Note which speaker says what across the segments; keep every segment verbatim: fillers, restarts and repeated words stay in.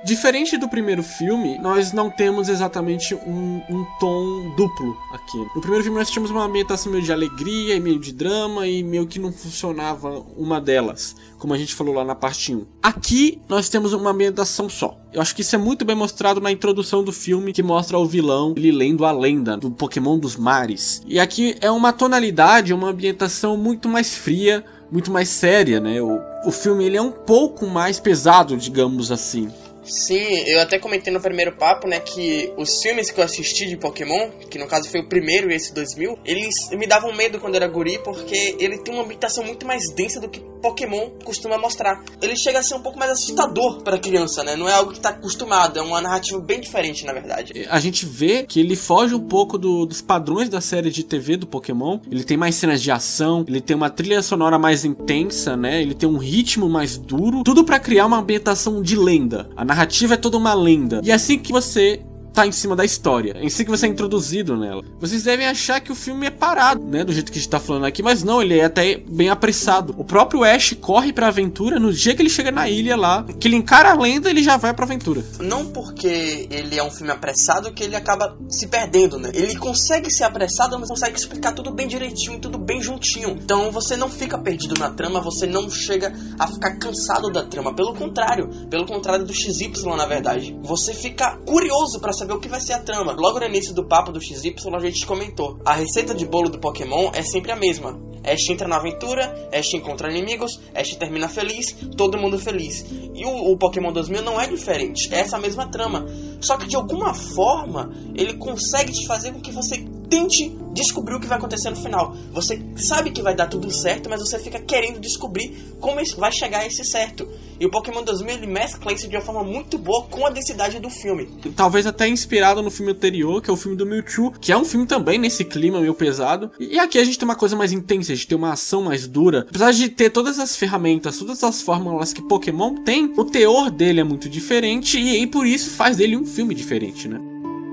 Speaker 1: Diferente do primeiro filme, nós não temos exatamente um, um tom duplo aqui. No primeiro filme nós tínhamos uma ambientação meio de alegria e meio de drama e meio que não funcionava uma delas, como a gente falou lá na parte um. Aqui nós temos uma ambientação só. Eu acho que isso é muito bem mostrado na introdução do filme, que mostra o vilão ele lendo a lenda do Pokémon dos mares. E aqui é uma tonalidade, uma ambientação muito mais fria, muito mais séria, né? O, o filme ele é um pouco mais pesado, digamos assim.
Speaker 2: Sim, eu até comentei no primeiro papo, né, que os filmes que eu assisti de Pokémon, que no caso foi o primeiro e esse dois mil, eles me davam medo quando eu era guri, porque ele tem uma ambientação muito mais densa do que Pokémon costuma mostrar. Ele chega a ser um pouco mais assustador pra criança, né, não é algo que tá acostumado, é uma narrativa bem diferente, na verdade.
Speaker 1: A gente vê que ele foge um pouco do, dos padrões da série de T V do Pokémon, ele tem mais cenas de ação, ele tem uma trilha sonora mais intensa, né, ele tem um ritmo mais duro, tudo pra criar uma ambientação de lenda. A A narrativa é toda uma lenda. E é assim que você tá em cima da história, é assim que você é introduzido nela. Vocês devem achar que o filme é parado, né, do jeito que a gente tá falando aqui, mas não, ele é até bem apressado. O próprio Ash corre pra aventura no dia que ele chega na ilha lá, que ele encara a lenda, ele já vai pra aventura.
Speaker 2: Não porque ele é um filme apressado que ele acaba se perdendo, né? Ele consegue ser apressado, mas consegue explicar tudo bem direitinho, tudo bem juntinho. Então você não fica perdido na trama, você não chega a ficar cansado da trama. Pelo contrário, pelo contrário do X Y, na verdade. Você fica curioso pra saber saber o que vai ser a trama. Logo no início do papo do X Y a gente comentou, a receita de bolo do Pokémon é sempre a mesma. Ash entra na aventura, Ash encontra inimigos, Ash termina feliz, todo mundo feliz. E o, o Pokémon dois mil não é diferente, é essa mesma trama. Só que de alguma forma ele consegue te fazer com que você tente descobrir o que vai acontecer no final. Você sabe que vai dar tudo certo, mas você fica querendo descobrir como isso vai chegar a esse certo. E o Pokémon dois mil ele mescla isso de uma forma muito boa com a densidade do filme.
Speaker 1: Talvez até inspirado no filme anterior, que é o filme do Mewtwo, que é um filme também nesse clima meio pesado. E aqui a gente tem uma coisa mais intensa, a gente tem uma ação mais dura. Apesar de ter todas as ferramentas, todas as fórmulas que Pokémon tem, o teor dele é muito diferente e, e por isso faz dele um filme diferente, né?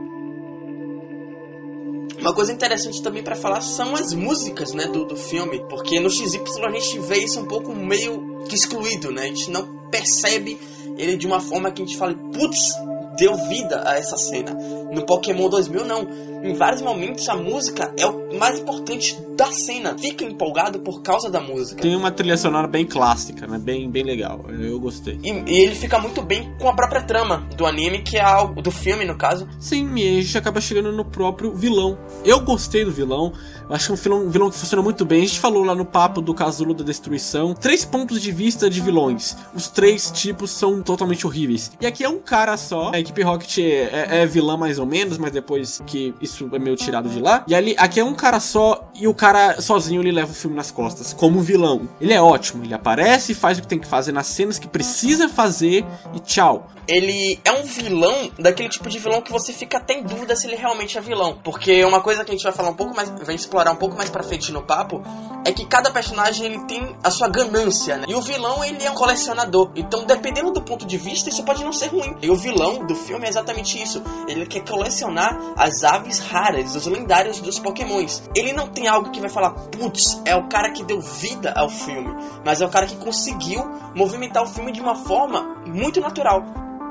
Speaker 2: Uma coisa interessante também pra falar são as músicas, né, do, do filme, porque no X Y a gente vê isso um pouco meio que excluído, né, a gente não percebe ele de uma forma que a gente fala, putz, deu vida a essa cena. No Pokémon dois mil não, em vários momentos a música é o mais importante da cena, fica empolgado por causa da música.
Speaker 1: Tem uma trilha sonora bem clássica, né, bem, bem legal, eu gostei.
Speaker 2: E, e ele fica muito bem com a própria trama do anime, que é algo, do filme no caso.
Speaker 1: Sim, e a gente acaba chegando no próprio vilão. Eu gostei do vilão, eu acho que é um vilão, um vilão que funciona muito bem. A gente falou lá no papo do Casulo da Destruição, três pontos de vista de vilões, os três tipos são totalmente horríveis. E aqui é um cara só, a equipe Rocket é, é vilã mais ou menos, mas depois que isso é meio tirado de lá. E ali, aqui é um cara só, e o cara sozinho ele leva o filme nas costas, como vilão. Ele é ótimo, ele aparece, faz o que tem que fazer nas cenas que precisa fazer e tchau.
Speaker 2: Ele é um vilão, daquele tipo de vilão que você fica até em dúvida se ele realmente é vilão. Porque uma coisa que a gente vai falar um pouco mais, vai explorar um pouco mais pra frente no papo, é que cada personagem ele tem a sua ganância, né? E o vilão ele é um colecionador. Então, dependendo do ponto de vista, isso pode não ser ruim. E o vilão do filme é exatamente isso. Ele quer colecionar as aves raras, os lendários dos Pokémons. Ele não tem algo que vai falar, putz, é o cara que deu vida ao filme. Mas é o cara que conseguiu movimentar o filme de uma forma muito natural.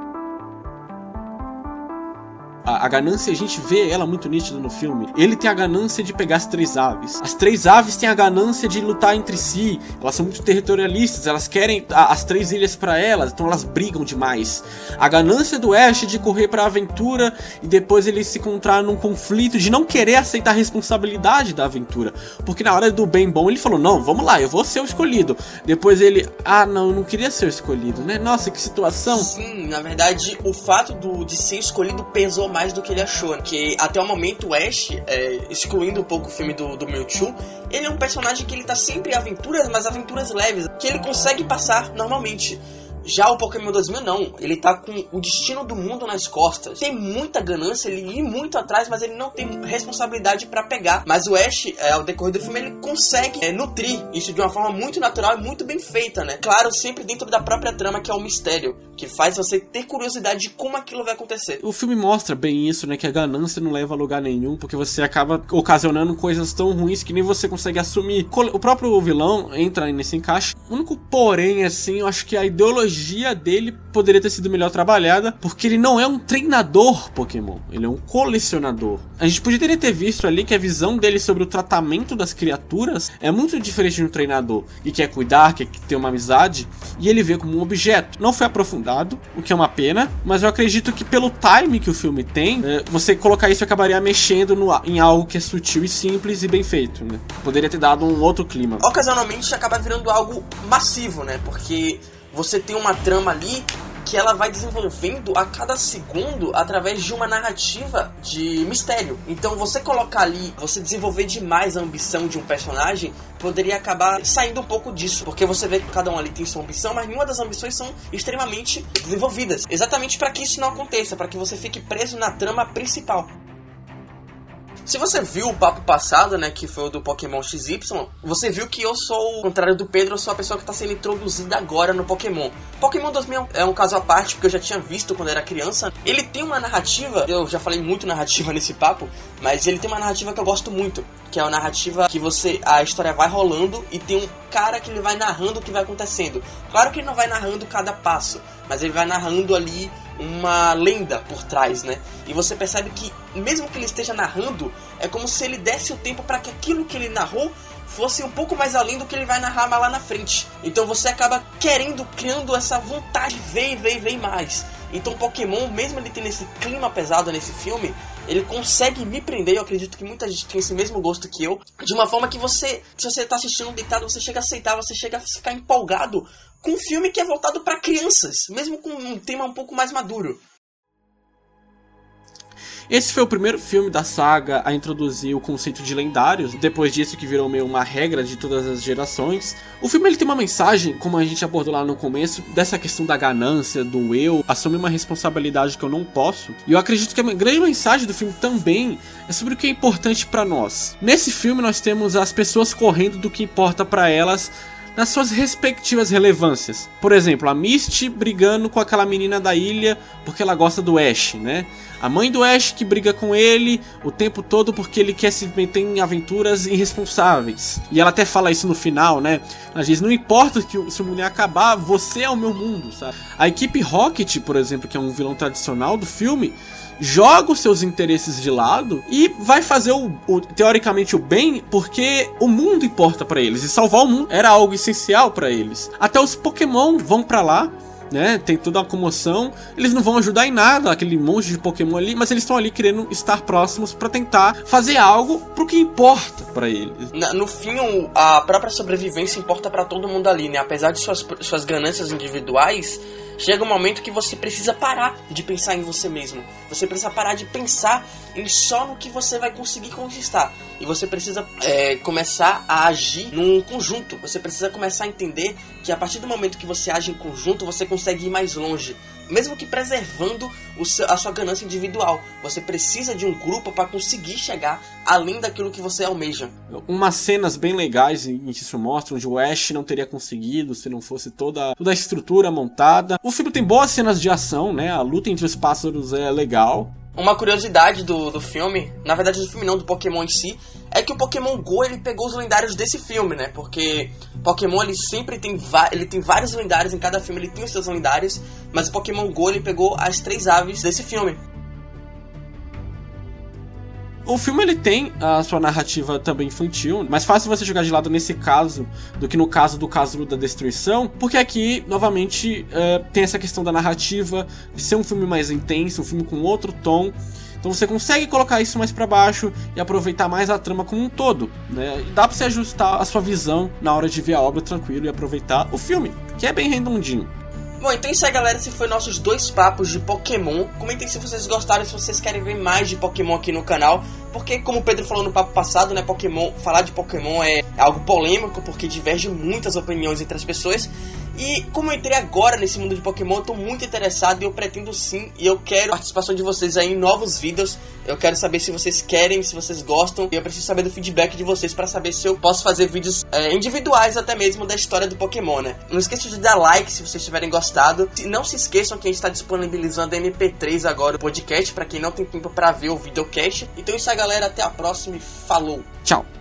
Speaker 1: A, a ganância, a gente vê ela muito nítida no filme. Ele tem a ganância de pegar as três aves. As três aves têm a ganância de lutar entre si. Elas são muito territorialistas. Elas querem a, as três ilhas pra elas. Então elas brigam demais. A ganância do Ash de correr pra aventura e depois ele se encontrar num conflito de não querer aceitar a responsabilidade da aventura. Porque na hora do bem bom ele falou, não, vamos lá, eu vou ser o escolhido. Depois ele, ah não, eu não queria ser o escolhido, né? Nossa, que situação.
Speaker 2: Sim, na verdade o fato do, de ser escolhido pesou mais do que ele achou, né? Que até o momento o Ash, é, excluindo um pouco o filme do, do Mewtwo, ele é um personagem que ele tá sempre em aventuras, mas aventuras leves, que ele consegue passar normalmente. Já o Pokémon dois mil não, ele tá com o destino do mundo nas costas. Tem muita ganância, ele ir muito atrás, mas ele não tem responsabilidade pra pegar. Mas o Ash, é, ao decorrer do filme, ele consegue é, nutrir isso de uma forma muito natural e muito bem feita, né? Claro, sempre dentro da própria trama, que é o mistério, que faz você ter curiosidade de como aquilo vai acontecer.
Speaker 1: O filme mostra bem isso, né? Que a ganância não leva a lugar nenhum, porque você acaba ocasionando coisas tão ruins que nem você consegue assumir. O próprio vilão entra nesse encaixe. O único porém, assim, eu acho que a ideologia psicologia dele poderia ter sido melhor trabalhada, porque ele não é um treinador Pokémon, ele é um colecionador. A gente poderia ter visto ali que a visão dele sobre o tratamento das criaturas é muito diferente de um treinador, e quer cuidar, quer ter uma amizade, e ele vê como um objeto. Não foi aprofundado, o que é uma pena, mas eu acredito que pelo time que o filme tem, você colocar isso acabaria mexendo no, em algo que é sutil e simples e bem feito, né? Poderia ter dado um outro clima.
Speaker 2: Ocasionalmente acaba virando algo massivo, né? Porque você tem uma trama ali que ela vai desenvolvendo a cada segundo através de uma narrativa de mistério. Então você colocar ali, você desenvolver demais a ambição de um personagem, poderia acabar saindo um pouco disso, porque você vê que cada um ali tem sua ambição, mas nenhuma das ambições são extremamente desenvolvidas. Exatamente para que isso não aconteça, para que você fique preso na trama principal. Se você viu o papo passado, né, que foi o do Pokémon X Y, você viu que eu sou, ao contrário do Pedro, eu sou a pessoa que está sendo introduzida agora no Pokémon. Pokémon dois mil é um caso à parte, porque eu já tinha visto quando era criança. Ele tem uma narrativa, eu já falei muito narrativa nesse papo, mas ele tem uma narrativa que eu gosto muito, que é uma narrativa que você, a história vai rolando e tem um cara que ele vai narrando o que vai acontecendo. Claro que ele não vai narrando cada passo, mas ele vai narrando ali uma lenda por trás, né? E você percebe que, mesmo que ele esteja narrando, é como se ele desse o tempo para que aquilo que ele narrou fosse um pouco mais além do que ele vai narrar mais lá na frente. Então você acaba querendo, criando essa vontade de ver e ver e ver mais. Então Pokémon, mesmo ele tendo esse clima pesado nesse filme, ele consegue me prender. Eu acredito que muita gente tem esse mesmo gosto que eu, de uma forma que você, se você tá assistindo deitado, você chega a aceitar, você chega a ficar empolgado com um filme que é voltado para crianças, mesmo com um tema um pouco mais maduro.
Speaker 1: Esse foi o primeiro filme da saga a introduzir o conceito de lendários, depois disso que virou meio uma regra de todas as gerações. O filme ele tem uma mensagem, como a gente abordou lá no começo, dessa questão da ganância, do eu, assumir uma responsabilidade que eu não posso. E eu acredito que a grande mensagem do filme também é sobre o que é importante pra nós. Nesse filme nós temos as pessoas correndo do que importa pra elas, nas suas respectivas relevâncias. Por exemplo, a Misty brigando com aquela menina da ilha porque ela gosta do Ash, né? A mãe do Ash que briga com ele o tempo todo porque ele quer se meter em aventuras irresponsáveis. E ela até fala isso no final, né? Ela diz, não importa que se o mulher acabar, você é o meu mundo, sabe? A equipe Rocket, por exemplo, que é um vilão tradicional do filme, joga os seus interesses de lado e vai fazer o, o teoricamente o bem porque o mundo importa pra eles, e salvar o mundo era algo essencial pra eles. Até os Pokémon vão pra lá, né? Tem toda uma comoção. Eles não vão ajudar em nada, aquele monte de Pokémon ali, mas eles estão ali querendo estar próximos pra tentar fazer algo pro que importa pra eles.
Speaker 2: No fim, a própria sobrevivência importa pra todo mundo ali, né? Apesar de suas, suas ganâncias individuais, chega um momento que você precisa parar de pensar em você mesmo. Você precisa parar de pensar em só no que você vai conseguir conquistar. E você precisa é, começar a agir num conjunto. Você precisa começar a entender que a partir do momento que você age em conjunto, você consegue ir mais longe. Mesmo que preservando o seu, a sua ganância individual. Você precisa de um grupo para conseguir chegar além daquilo que você almeja.
Speaker 1: Umas cenas bem legais em que isso mostra, onde o Ash não teria conseguido se não fosse toda, toda a estrutura montada. O filme tem boas cenas de ação, né? A luta entre os pássaros é legal.
Speaker 2: Uma curiosidade do, do filme, na verdade do filme não, do Pokémon em si, é que o Pokémon Go ele pegou os lendários desse filme, né? Porque Pokémon ele sempre tem, ele tem vários lendários, em cada filme ele tem os seus lendários, mas o Pokémon Go ele pegou as três aves desse filme.
Speaker 1: O filme ele tem a sua narrativa também infantil, mais fácil você jogar de lado nesse caso do que no caso do Casulo da Destruição, porque aqui, novamente, uh, tem essa questão da narrativa, de ser um filme mais intenso, um filme com outro tom. Então você consegue colocar isso mais pra baixo e aproveitar mais a trama como um todo, né? E dá pra você ajustar a sua visão na hora de ver a obra tranquilo e aproveitar o filme, que é bem redondinho.
Speaker 2: Bom, então é isso aí, galera, esses foram nossos dois papos de Pokémon. Comentem se vocês gostaram, se vocês querem ver mais de Pokémon aqui no canal, porque como o Pedro falou no papo passado, né, Pokémon, falar de Pokémon é algo polêmico, porque diverge muitas opiniões entre as pessoas. E como eu entrei agora nesse mundo de Pokémon, eu tô muito interessado e eu pretendo sim, e eu quero a participação de vocês aí em novos vídeos. Eu quero saber se vocês querem, se vocês gostam, e eu preciso saber do feedback de vocês pra saber se eu posso fazer vídeos é, individuais até mesmo da história do Pokémon, né? Não esqueça de dar like se vocês tiverem gostado. Não se esqueçam que a gente tá disponibilizando M P três agora, o podcast, pra quem não tem tempo pra ver o videocast. Então é isso aí, galera, até a próxima e falou!
Speaker 1: Tchau!